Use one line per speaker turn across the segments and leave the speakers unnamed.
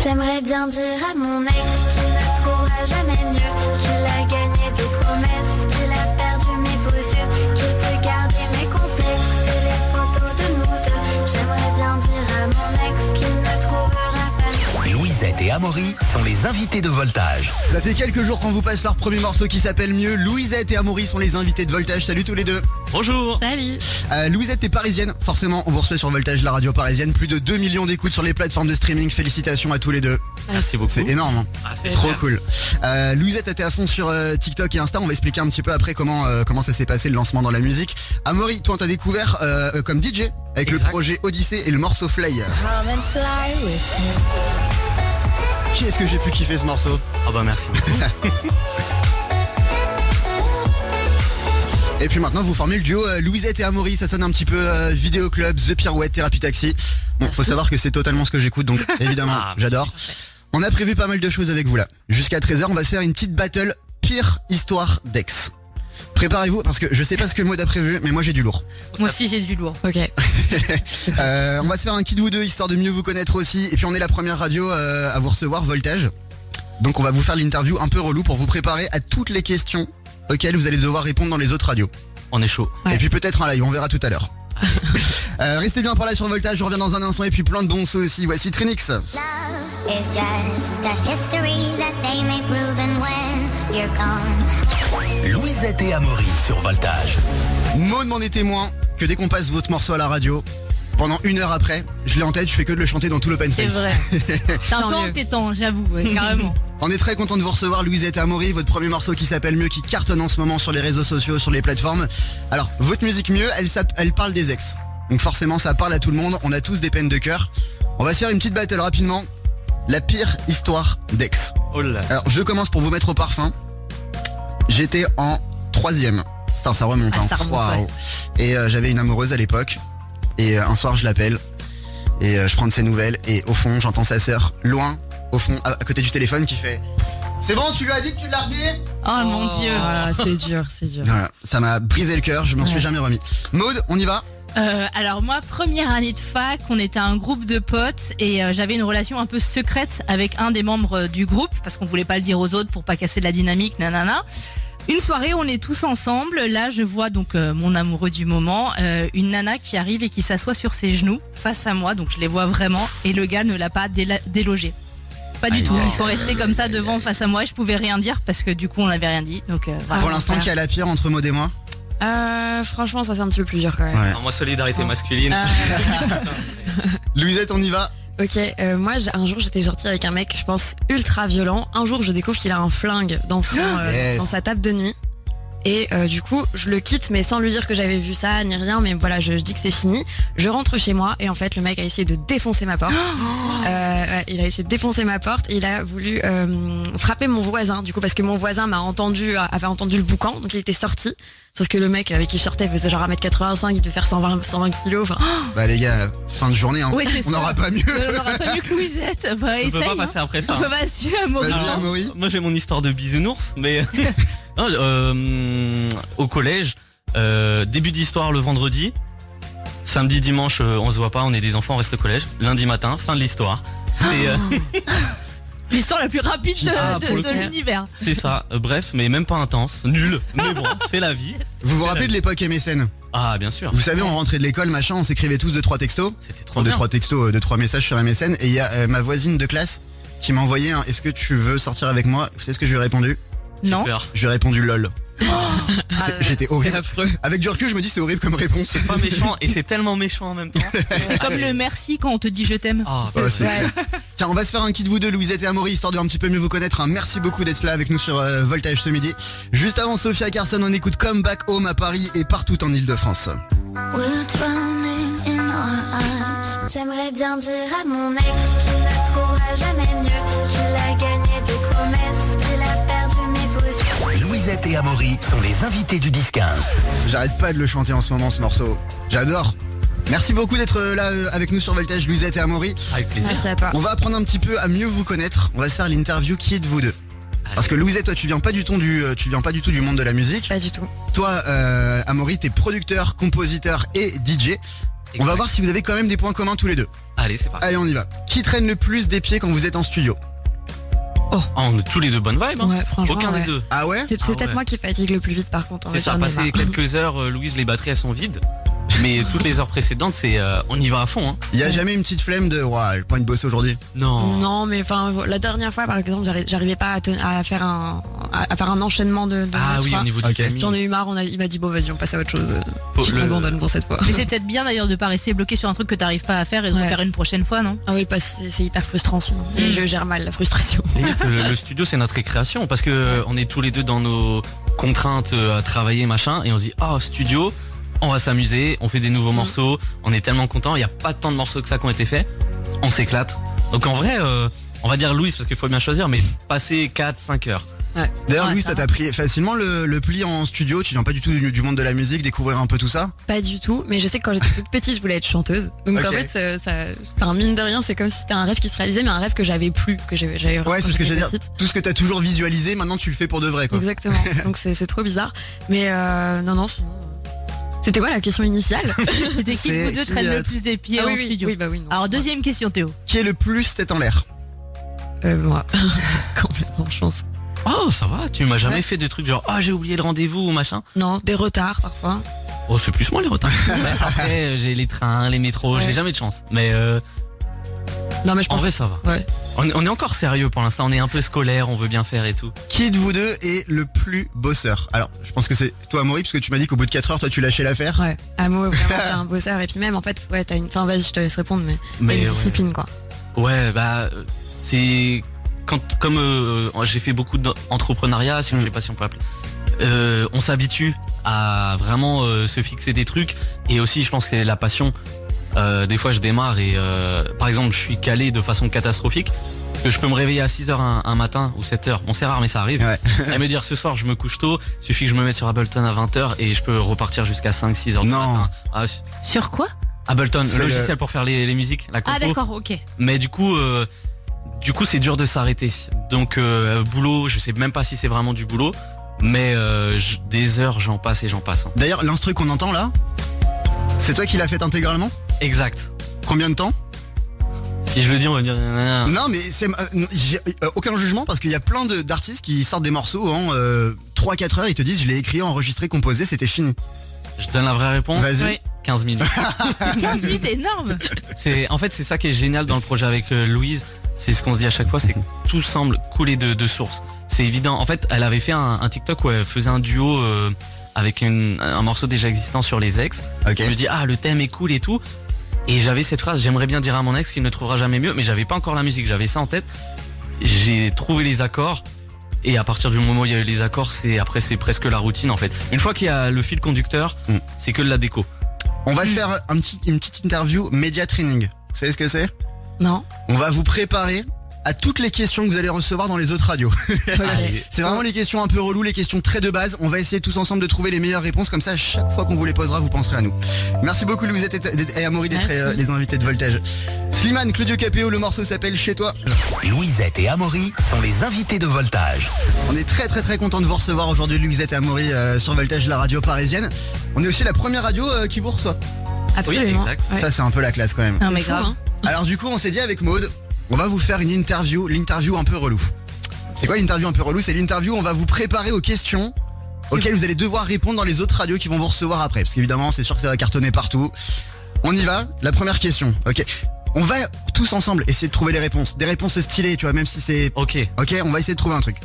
J'aimerais bien dire à mon ex qu'il ne trouvera jamais mieux, qu'il a gagné des promesses, qu'il a perdu mes beaux yeux, qu'il peut garder mes complexes et les photos de nous deux. J'aimerais bien dire à mon ex qu'il ne trouvera pas mieux.
Louisette et Amaury sont les invités de Voltage.
Ça fait quelques jours qu'on vous passe leur premier morceau qui s'appelle Mieux. Louisette et Amaury sont les invités de Voltage. Salut tous les deux.
Bonjour.
Salut.
Louisette est parisienne, forcément on vous reçoit sur Voltage, la radio parisienne. Plus de 2 millions d'écoutes sur les plateformes de streaming. Félicitations à tous les deux.
Merci beaucoup.
C'est énorme, hein.
C'est
Trop
super.
cool. Louisette était à fond sur TikTok et Insta. On va expliquer un petit peu après comment ça s'est passé le lancement dans la musique. Amaury, toi on t'a découvert comme DJ avec le
Exact.
projet Odyssée et le morceau Fly. Qui est-ce que j'ai pu kiffer ce morceau?
Ah bah merci beaucoup.
Et puis maintenant vous formez le duo Louisette et Amaury. Ça sonne un petit peu Vidéo Club, The Pirouette, Thérapie Taxi. Bon, faut savoir que c'est totalement ce que j'écoute, donc évidemment j'adore. On a prévu pas mal de choses avec vous là. Jusqu'à 13h on va se faire une petite battle pire histoire d'ex. Préparez-vous parce que je sais pas ce que Maud a prévu, mais moi j'ai du lourd.
Moi aussi j'ai du lourd. Ok.
On va se faire un kit vous deux histoire de mieux vous connaître aussi. Et puis on est la première radio à vous recevoir, Voltage. Donc on va vous faire l'interview un peu relou pour vous préparer à toutes les questions auxquelles vous allez devoir répondre dans les autres radios.
On est chaud.
Et puis peut-être un live, on verra tout à l'heure. Restez bien par là sur Voltage, je reviens dans un instant. Et puis plein de bons sons aussi, voici Trinix.
Love is just a history that they may prove, and when you're gone.
Louisette et Amaury sur Voltage.
Maud m'en est témoin que dès qu'on passe votre morceau à la radio, pendant 1 heure après, je l'ai en tête, je fais que de le chanter dans tout l'open
C'est
space.
vrai. C'est un peu entêtant, j'avoue, carrément.
On est très content de vous recevoir, Louisette et Amaury, votre premier morceau qui s'appelle Mieux, qui cartonne en ce moment sur les réseaux sociaux, sur les plateformes. Alors, votre musique Mieux, elle parle des ex. Donc forcément, ça parle à tout le monde, on a tous des peines de cœur. On va se faire une petite battle rapidement. La pire histoire d'ex.
Oh là.
Alors, je commence pour vous mettre au parfum. J'étais en 3ème. Putain, ça remonte.
Ah,
hein.
ça remonte,
Waouh.
ouais.
Et j'avais une amoureuse à l'époque. Et un soir, je l'appelle. Et je prends de ses nouvelles. Et au fond, j'entends sa sœur, loin, au fond, à côté du téléphone, qui fait: c'est bon, tu lui as dit que tu l'as largué?
Oh mon dieu.
Ah, c'est dur, c'est dur.
Voilà, ça m'a brisé le cœur, je m'en suis jamais remis. Maud, on y va?
Alors moi, première année de fac, on était un groupe de potes et j'avais une relation un peu secrète avec un des membres du groupe parce qu'on voulait pas le dire aux autres pour pas casser de la dynamique, nanana. Une soirée, on est tous ensemble. Là, je vois donc mon amoureux du moment, une nana qui arrive et qui s'assoit sur ses genoux face à moi. Donc je les vois vraiment et le gars ne l'a pas délogé. Pas du tout. Ils sont restés comme ça devant face à moi et je pouvais rien dire parce que du coup on n'avait rien dit. Donc voilà.
Pour l'instant, qui a la pire entre Maud et moi?
Franchement, ça c'est un petit peu plus dur quand même.
Ouais.
Alors, moi, solidarité masculine.
Louisette, on y va?
Ok, moi un jour j'étais sortie avec un mec, je pense, ultra violent. Un jour je découvre qu'il a un flingue dans
Yes.
dans sa table de nuit. Et du coup je le quitte mais sans lui dire que j'avais vu ça ni rien. Mais voilà, je dis que c'est fini. Je rentre chez moi et en fait le mec a essayé de défoncer ma porte. Il a essayé de défoncer ma porte et il a voulu frapper mon voisin. Du coup parce que mon voisin avait entendu le boucan, donc il était sorti. Sauf que le mec avec qui je sortais faisait genre 1m85, il devait faire 120 kilos. Enfin,
Bah les gars, fin de journée, hein.
Ouais, c'est
On
ça.
n'aura pas mieux.
On n'aura pas mieux que Louisette. Bah,
On peut
essaye,
pas passer après ça.
On peut pas Amaury.
Vas-y, Amaury.
Moi, j'ai mon histoire de bisounours, mais non, au collège, début d'histoire le vendredi, samedi, dimanche, on se voit pas, on est des enfants, on reste au collège. Lundi matin, fin de l'histoire.
L'histoire la plus rapide
pour le
de
coup.
l'univers.
C'est ça. Bref, mais même pas intense, nul. Mais bon, c'est la vie.
Vous vous rappelez de l'époque MSN?
Ah, bien sûr.
Vous savez, on rentrait de l'école, machin, on s'écrivait tous 2-3 textos.
C'était trop
Enfin,
bien.
2-3 textos, 2-3 messages sur MSN. Et il y a ma voisine de classe qui m'a envoyé un: est-ce que tu veux sortir avec moi? Vous savez ce que je lui ai répondu?
J'ai
Non.
peur.
Je lui ai répondu LOL. J'étais
c'est
horrible.
affreux.
Avec du recul, je me dis c'est horrible comme réponse.
C'est pas méchant et c'est tellement méchant en même temps.
C'est comme le merci quand on te dit je t'aime.
Ah,
Ouais, c'est-
Ouais.
Tiens, on va se faire un kit vous deux, Louisette et Amaury, histoire de un petit peu mieux vous connaître. Hein. Merci beaucoup d'être là avec nous sur Voltage ce midi. Juste avant Sophia Carson, on écoute Come Back Home à Paris et partout en Ile-de-France.
We're drowning in our eyes. J'aimerais bien dire à mon ex qu'il ne trouvera jamais mieux, qu'il a gagné des promesses, qu'il a perdu mes beaux yeux.
Louisette et Amaury sont les invités du 10-15.
J'arrête pas de le chanter en ce moment, ce morceau. J'adore. Merci beaucoup d'être là avec nous sur Voltage, Louisette et Amaury.
avec plaisir.
Merci à toi.
On va apprendre un petit peu à mieux vous connaître. On va se faire l'interview qui est de vous deux. Parce que Louisette, toi tu viens pas du tout du monde de la musique.
Pas du tout.
Toi, Amaury, t'es producteur, compositeur et DJ. On va voir si vous avez quand même des points communs tous les deux.
Allez, c'est parti.
Allez, on y va. Qui traîne le plus des pieds quand vous êtes en studio?
Oh, on a tous les deux bonnes vibes. Hein.
Ouais, franchement,
Aucun
ouais.
des deux.
Ah ouais?
C'est peut-être moi qui fatigue le plus vite par contre.
C'est ça, passer quelques heures, Louise, les batteries elles sont vides. Mais toutes les heures précédentes, c'est on y va à fond. Hein.
Il y a jamais une petite flemme de j'ai pas envie de bosser aujourd'hui?
Non, mais enfin la dernière fois par exemple, j'arrivais pas à faire un enchaînement de
Ah oui, au niveau du timing.
J'en ai eu marre, il m'a dit bon vas-y on passe à autre chose. Je
Le-
m'abandonne pour cette fois.
Mais c'est peut-être bien d'ailleurs de pas rester bloqué sur un truc que t'arrives pas à faire et de
Ouais.
faire une prochaine fois, non?
Ah oui, c'est hyper frustrant sinon. Et je gère mal la frustration.
Limite, le studio c'est notre récréation parce que on est tous les deux dans nos contraintes à travailler machin et on se dit studio, on va s'amuser, on fait des nouveaux morceaux, on est tellement content, il n'y a pas tant de morceaux que ça qui ont été faits, on s'éclate. Donc en vrai on va dire Louise parce qu'il faut bien choisir, mais passer 4-5 heures.
D'ailleurs,
Ouais,
Louise,
ça
t'as pris facilement le pli en studio. Tu viens pas du tout du monde de la musique, découvrir un peu tout ça?
Pas du tout, mais je sais que quand j'étais toute petite, je voulais être chanteuse. Donc
Ok.
en fait, enfin, mine de rien, c'est comme si c'était un rêve qui se réalisait, mais un rêve que j'avais plus, que j'avais.
Ouais, c'est ce que j'allais dire.
Petite.
Tout ce que t'as toujours visualisé, maintenant tu le fais pour de vrai, quoi.
Exactement. Donc c'est trop bizarre. Mais non, sinon. C'était quoi la question initiale?
C'était qui de vous deux
qui,
traîne le plus des pieds
Ah
en
oui,
studio?
oui, bah oui. Non,
Alors
c'est
deuxième question Théo.
Qui est le plus tête en l'air?
moi. Complètement chance.
Oh ça va, tu m'as jamais
Ouais.
fait de trucs genre j'ai oublié le rendez-vous ou machin.
Non, des retards parfois.
Oh c'est plus moi les retards. Ouais, après j'ai les trains, les métros,
Ouais.
j'ai jamais de chance. Mais
Non, mais je
en
pense.
vrai ça va.
Ouais.
On est encore sérieux pour l'instant, on est un peu scolaire, on veut bien faire et tout.
Qui de vous deux est le plus bosseur? Alors, je pense que c'est toi, Amaury, parce que tu m'as dit qu'au bout de 4 heures, toi, tu lâchais l'affaire.
Ouais. Amo, vraiment, c'est un bosseur. Et puis même, en fait, ouais, t'as une. Enfin, vas-y, je te laisse répondre, mais. T'as
Mais
une
ouais.
discipline, quoi.
Ouais, c'est comme j'ai fait beaucoup d'entrepreneuriat, si je sais pas si on peut appeler. On s'habitue à vraiment se fixer des trucs et aussi je pense que c'est la passion. Des fois je démarre et par exemple je suis calé de façon catastrophique que je peux me réveiller à 6h un matin ou 7h. Bon c'est rare mais ça arrive.
Ouais.
Et me dire ce soir je me couche tôt, suffit que je me mette sur Ableton à 20h et je peux repartir jusqu'à 5-6h du
Non.
matin.
Sur quoi?
Ableton,
C'est
le logiciel pour faire les musiques, la compo.
Ah d'accord, ok.
Mais du coup c'est dur de s'arrêter. Donc boulot, je sais même pas si c'est vraiment du boulot, mais des heures j'en passe et j'en passe. Hein.
D'ailleurs, l'instru qu'on entend là, c'est toi qui l'as fait intégralement?
Exact.
Combien de temps?
Si je le dis on va me dire
Non, mais c'est j'ai aucun jugement parce qu'il y a plein d'artistes qui sortent des morceaux en 3-4 heures. Ils te disent, je l'ai écrit, enregistré, composé, c'était fini.
Je donne la vraie réponse.
Vas-y.
Oui. 15 minutes.
15 minutes, énorme.
En fait c'est ça qui est génial dans le projet avec Louise, c'est ce qu'on se dit à chaque fois, c'est que tout semble couler de source. C'est évident. En fait elle avait fait un TikTok où elle faisait un duo avec un morceau déjà existant sur les ex.
Ok.
Je me dis le thème est cool et tout. Et j'avais cette phrase, j'aimerais bien dire à mon ex qu'il ne trouvera jamais mieux, mais j'avais pas encore la musique, j'avais ça en tête. J'ai trouvé les accords et à partir du moment où il y a eu les accords, après c'est presque la routine en fait. Une fois qu'il y a le fil conducteur, c'est que de la déco.
On va se faire une petite interview média training. Vous savez ce que c'est?
Non.
On va vous préparer à toutes les questions que vous allez recevoir dans les autres radios.
Allez.
C'est vraiment les questions un peu reloues, les questions très de base. On va essayer tous ensemble de trouver les meilleures réponses. Comme ça, à chaque fois qu'on vous les posera, vous penserez à nous. Merci beaucoup Louisette et Amaury d'être
Merci.
les invités de Voltage. Slimane, Claudio Capéo, le morceau s'appelle Chez toi.
Louisette et Amaury sont les invités de Voltage.
On est très très très content de vous recevoir aujourd'hui, Louisette et Amaury, sur Voltage, la radio parisienne. On est aussi la première radio qui vous reçoit.
Absolument.
exact.
Ouais.
Ça, c'est un peu la classe quand même.
Non mais
Fou,
grave.
hein.
Alors du coup, on s'est dit avec Maude, on va vous faire une interview, l'interview un peu relou. C'est quoi l'interview un peu relou? C'est l'interview où on va vous préparer aux questions auxquelles vous allez devoir répondre dans les autres radios qui vont vous recevoir après. Parce qu'évidemment, c'est sûr que ça va cartonner partout. On y va. La première question. Ok. On va tous ensemble essayer de trouver les réponses. Des réponses stylées, tu vois, même si c'est...
Ok.
Ok, on va essayer de trouver un truc.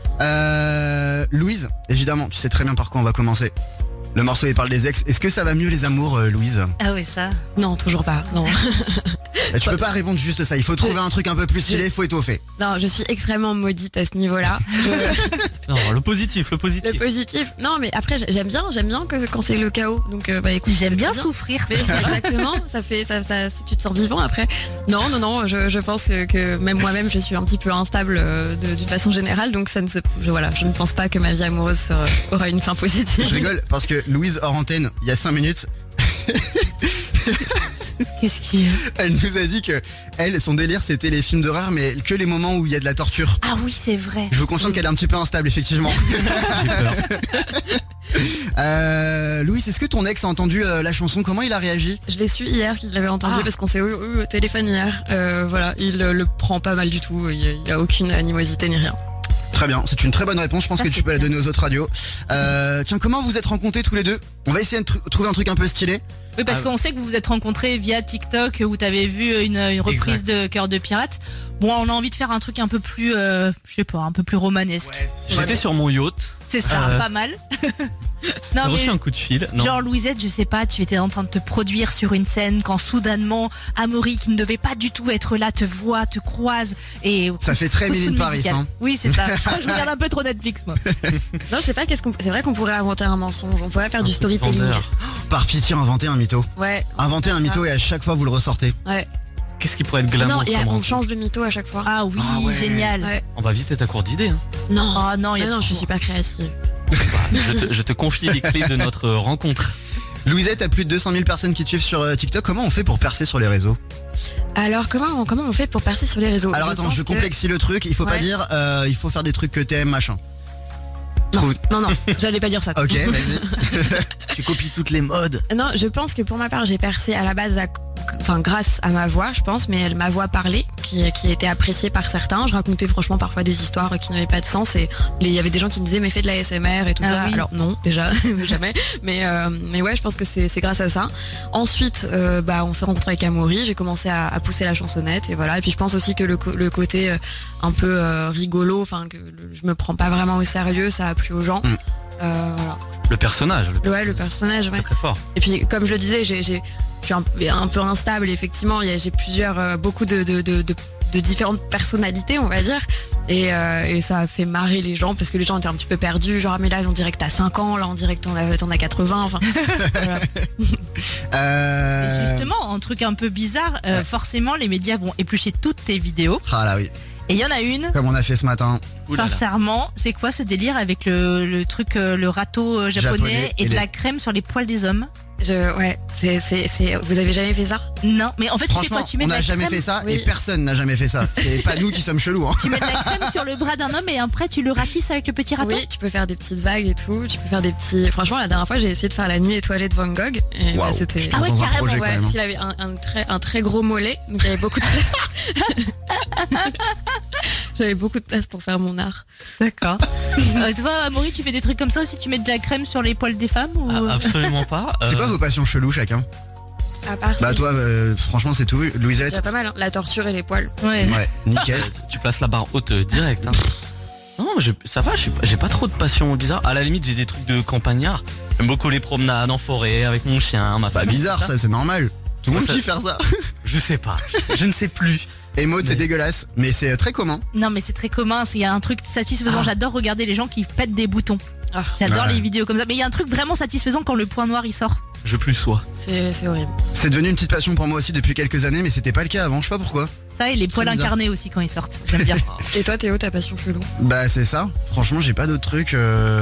Louise, évidemment, tu sais très bien par quoi on va commencer. Le morceau il parle des ex. Est-ce que ça va mieux les amours, Louise?
Ah oui ça.
Non, toujours pas. Non.
Bah, tu peux pas répondre juste ça. Il faut trouver un truc un peu plus stylé, il faut étoffer.
Non, je suis extrêmement maudite à ce niveau-là.
Non, le positif.
Le positif. Non, mais après, j'aime bien que quand c'est le chaos. Donc, écoute,
J'aime bien
très
souffrir.
Mais exactement, ça, tu te sens vivant après. Non, je pense que même moi-même, je suis un petit peu instable d'une façon générale, donc je ne pense pas que ma vie amoureuse aura une fin positive.
Je rigole parce que Louise hors antenne, il y a 5 minutes,
Qu'est-ce qui...
elle nous a dit que son délire c'était les films d'horreur, mais que les moments où il y a de la torture.
Ah oui c'est vrai.
Je vous confirme qu'elle est un petit peu instable, effectivement.
J'ai peur.
Louis, est-ce que ton ex a entendu la chanson? Comment il a réagi?
Je l'ai su hier qu'il l'avait entendu parce qu'on s'est eu au téléphone hier. Voilà, il le prend pas mal du tout. Il n'y a aucune animosité ni rien.
Très bien, c'est une très bonne réponse. Je pense
Ça,
que tu
c'est
peux la
bien.
donner aux autres radios. Tiens, comment vous êtes rencontrés tous les deux? On va essayer de trouver un truc un peu stylé.
Oui, parce
Ah,
qu'on sait que vous vous êtes rencontrés via TikTok où t'avais vu une reprise de Cœur de Pirate. Bon, on a envie de faire un truc un peu plus, je sais pas, un peu plus romanesque.
J'étais sur mon yacht.
C'est ça, pas mal.
J'ai
Non,
reçu
mais
un coup de fil. Non.
genre Louisette, je sais pas, tu étais en train de te produire sur une scène quand soudainement Amaury, qui ne devait pas du tout être là, te voit, te croise et
Ça fait très
coup de
Mille
foudre
Paris,
musical.
hein.
Oui, c'est ça. Je crois que je regarde un peu trop Netflix, moi.
Non, je sais pas, c'est vrai qu'on pourrait inventer un mensonge. On pourrait faire du storytelling.
Vendeur.
Par pitié, inventez un mytho.
Ouais.
Inventez un mytho et à chaque fois vous le ressortez.
Ouais.
Qu'est-ce qui pourrait être glamour?
Non, et
comme
on
enfant
change de mytho à chaque fois.
Ah oui,
Ah ouais.
génial.
Ouais.
On va vite être à court d'idées. Hein.
Non.
Oh non, il y a
non, je
trop.
suis pas créative.
Je te confie les clés de notre rencontre.
Louisette a plus de 200 000 personnes qui te suivent sur TikTok. Comment on fait pour percer sur les réseaux?
Alors, comment on fait pour percer sur les réseaux?
Alors attends,
pense
je
que-
complexie le truc. Il faut pas
Ouais.
dire il faut faire des trucs que t'aimes, machin.
Non, j'allais pas dire ça.
Ok, vas-y.
Tu copies toutes les modes.
Non, je pense que pour ma part, j'ai percé à la base, grâce à ma voix, je pense, mais ma voix parlée, qui était appréciée par certains. Je racontais franchement parfois des histoires qui n'avaient pas de sens et il y avait des gens qui me disaient mais fais de la SMR et tout
Ah
ça.
oui.
Alors non, déjà, jamais. Mais ouais, je pense que c'est grâce à ça. Ensuite, on s'est rencontrés avec Amaury, j'ai commencé à pousser la chansonnette et voilà. Et puis je pense aussi que le côté un peu rigolo, enfin que je me prends pas vraiment au sérieux, ça a plu aux gens. Voilà.
Le personnage.
Ouais, le personnage, ouais.
Très très fort.
Et puis, comme je le disais, je suis un peu instable, effectivement. J'ai beaucoup de différentes personnalités, on va dire. Et ça a fait marrer les gens parce que les gens étaient un petit peu perdus. Genre, mais là, on dirait que t'as 5 ans, là, on dirait que t'en as 80. Enfin, voilà.
Et justement, un truc un peu bizarre, forcément, les médias vont éplucher toutes tes vidéos.
Ah là oui,
Et il y en a une,
comme on a fait ce matin.
Ouh là là.
sincèrement, c'est quoi ce délire avec le truc, le râteau japonais et de la crème sur les poils des hommes?
Ouais, vous avez jamais fait ça?
Non, mais en fait, tu fais
Franchement,
quoi? Tu mets
on
de la
n'a jamais
crème,
fait ça
Oui.
et personne n'a jamais fait ça. C'est pas nous qui sommes chelous. Hein.
tu mets de la crème sur le bras d'un homme et après tu le ratisses avec le petit râteau?
Oui, tu peux faire des petites vagues et tout. Tu peux faire des petits. Franchement, la dernière fois, j'ai essayé de faire la nuit étoilée de Van Gogh. Et
Waouh.
c'était.
Ah ouais,
carrément,
projet, quand même, hein.
Il avait un très gros mollet, donc il y avait beaucoup de place. J'avais beaucoup de place pour faire mon art.
D'accord. Tu vois, Amaury, tu fais des trucs comme ça aussi? Tu mets de la crème sur les poils des femmes ou...
Ah, absolument pas.
C'est quoi vos passions cheloues chacun?
À part
Bah
si-
toi, franchement c'est tout.
c'est
Louisette.
déjà pas mal, hein. La torture et les poils.
Ouais.
Ouais, nickel.
Tu places la barre haute direct. Hein. Non, ça va, j'ai pas trop de passion bizarre. À la limite, j'ai des trucs de campagnard. J'aime beaucoup les promenades en forêt avec mon chien, ma
Bah
femme,
bizarre
tout
ça, c'est normal. Tout le monde
Ça-
kiffe faire ça.
Je sais pas, je ne sais plus.
Et Maud, c'est
Mais-
dégueulasse, mais c'est très commun.
Non, mais c'est très commun. Il y a un truc satisfaisant.
Ah.
J'adore regarder les gens qui pètent des boutons.
Ah,
J'adore
Ouais.
les vidéos comme ça. Mais il y a un truc vraiment satisfaisant quand le point noir il sort.
Je plus sois.
c'est horrible.
C'est devenu une petite passion pour moi aussi depuis quelques années, mais c'était pas le cas avant, je sais pas pourquoi.
Ça et les poils
bizarre.
incarnés aussi quand ils sortent. J'aime bien.
Et toi, Théo, ta passion chelou?
Bah c'est ça, franchement j'ai pas d'autres trucs.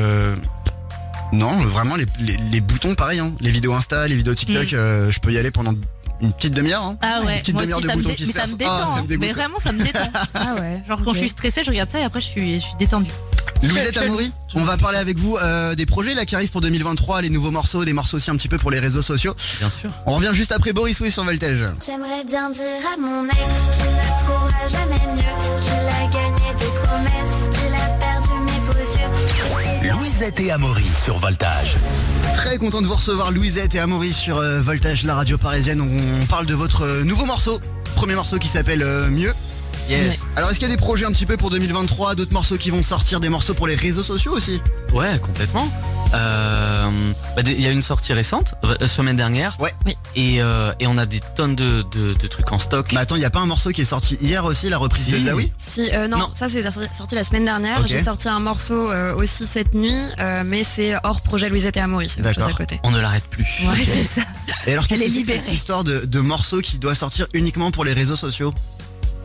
Non, vraiment les boutons pareil, hein. Les vidéos Insta, les vidéos TikTok, je peux y aller pendant une petite demi-heure. Hein.
Ah ouais,
Une petite
moi
demi-heure
aussi
de
ça me,
boutons qui se
mais ça me
cassent.
détend.
Ah, ça me
hein.
dégoûte.
Mais vraiment ça me détend.
Ah ouais.
Genre quand je suis stressée, je regarde ça et après je suis détendue.
Louisette Amaury, on va parler avec vous des projets là qui arrivent pour 2023, les nouveaux morceaux, des morceaux aussi un petit peu pour les réseaux sociaux.
Bien sûr.
On revient juste après Boris Way sur Voltage.
J'aimerais bien dire à mon ex qu'il ne trouvera jamais mieux, qu'il a gagné des promesses, qu'il a perdu mes beaux yeux.
Louisette et Amaury sur Voltage.
Très content de vous recevoir Louisette et Amaury sur Voltage, la radio parisienne. On parle de votre nouveau morceau, premier morceau qui s'appelle Mieux.
Yes.
Alors est-ce qu'il y a des projets un petit peu pour 2023, d'autres morceaux qui vont sortir, des morceaux pour les réseaux sociaux aussi?
Ouais, complètement. Il y a une sortie récente, semaine dernière.
Ouais.
Oui.
Et on a des tonnes de trucs en stock.
Mais attends, il y a pas un morceau qui est sorti hier aussi, la reprise
Si.
de Zawi?
Si, non,
Non.
ça c'est sorti la semaine dernière.
Ok.
J'ai sorti un morceau aussi cette nuit, mais c'est hors projet Louisette et Amaury, c'est autre chose
D'accord.
à côté.
On ne l'arrête plus.
Ouais, c'est ça.
Et alors qu'est-ce
Elle
que
est
c'est que cette
libérée.
histoire de morceaux qui doit sortir uniquement pour les réseaux sociaux?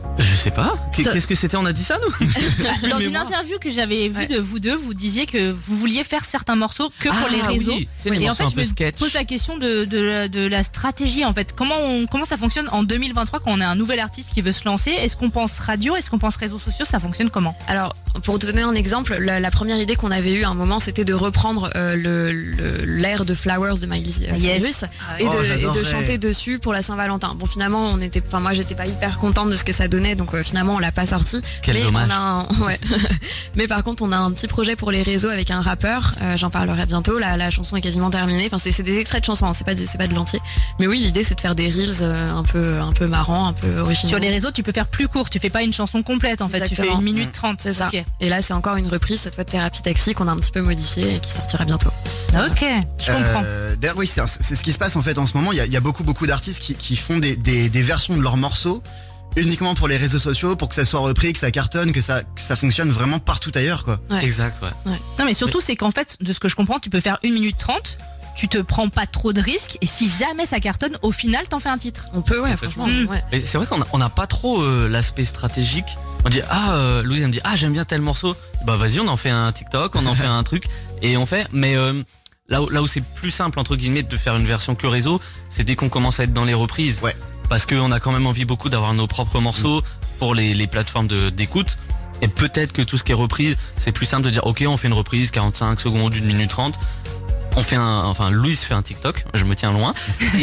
Je sais pas.
Ça-
Qu'est-ce que c'était? On a dit ça, nous?
Dans une
Mémoire.
interview que j'avais vue de vous deux, vous disiez que vous vouliez faire certains morceaux que pour les
Ah
réseaux.
oui, c'est des
Et en
morceaux
fait,
un
je
peu
me
sketch.
pose la question de la stratégie en fait. Comment ça fonctionne en 2023 quand on a un nouvel artiste qui veut se lancer? Est-ce qu'on pense radio? Est-ce qu'on pense réseaux sociaux? Ça fonctionne comment?
Alors, pour te donner un exemple, la première idée qu'on avait eue à un moment, c'était de reprendre l'air de Flowers de Miley Cyrus et,
Oh,
de
j'adorerais.
chanter dessus pour la Saint-Valentin. Bon, finalement, moi, j'étais pas hyper contente de ce que ça donnait, donc finalement, on l'a pas sorti.
Quel
mais
dommage.
ouais. Mais par contre, on a un petit projet pour les réseaux avec un rappeur. J'en parlerai bientôt. La chanson est quasiment terminée. Enfin, c'est des extraits de chansons, hein, c'est pas de l'entier. Mais oui, l'idée, c'est de faire des reels un peu marrants, un peu originaux.
Sur les réseaux, tu peux faire plus court. Tu fais pas une chanson complète en fait. Tu fais
Exactement.
1 minute 30.
C'est ça.
Ok.
Et là, c'est encore une reprise, cette fois de Thérapie Taxi, qu'on a un petit peu modifiée et qui sortira bientôt.
Ok, je comprends.
D'ailleurs, oui, c'est ce qui se passe en fait en ce moment. Il y a beaucoup d'artistes qui font des versions de leurs morceaux uniquement pour les réseaux sociaux, pour que ça soit repris, que ça cartonne, que ça fonctionne vraiment partout ailleurs, quoi.
Ouais.
Exact, ouais.
Non mais surtout c'est qu'en fait, de ce que je comprends, tu peux faire 1 minute 30. Tu te prends pas trop de risques et si jamais ça cartonne, au final t'en fais un titre.
On peut, ouais,
Complètement.
franchement. Ouais.
Et c'est vrai qu'on n'a pas trop l'aspect stratégique. On dit Louise elle me dit j'aime bien tel morceau. Bah vas-y, on en fait un TikTok, on en fait un truc et on fait. Mais là où c'est plus simple entre guillemets de faire une version que réseau, c'est dès qu'on commence à être dans les reprises.
Ouais.
Parce qu'on a quand même envie beaucoup d'avoir nos propres morceaux pour les plateformes d'écoute. Et peut-être que tout ce qui est reprise, c'est plus simple de dire ok, on fait une reprise 45 secondes, 1 minute 30. On fait Louise fait un TikTok, je me tiens loin.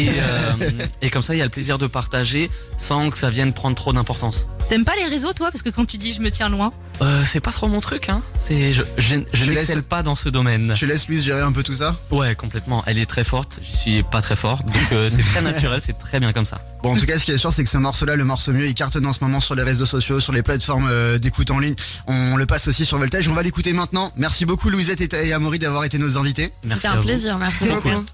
Et comme ça, il y a le plaisir de partager sans que ça vienne prendre trop d'importance.
T'aimes pas les réseaux toi? Parce que quand tu dis je me tiens loin.
C'est pas trop mon truc, hein. Je n'excelle pas dans ce domaine.
Tu laisses Louise gérer un peu tout ça?
Ouais, complètement. Elle est très forte, je suis pas très fort. Donc c'est très naturel, c'est très bien comme ça.
Bon, en tout cas, ce qui est sûr, c'est que ce morceau-là, le morceau mieux, il cartonne en ce moment sur les réseaux sociaux, sur les plateformes d'écoute en ligne. On le passe aussi sur Voltage. On va l'écouter maintenant. Merci beaucoup, Louisette et Amaury, d'avoir été nos invités.
Merci
C'était
à
un
vous.
plaisir, merci beaucoup.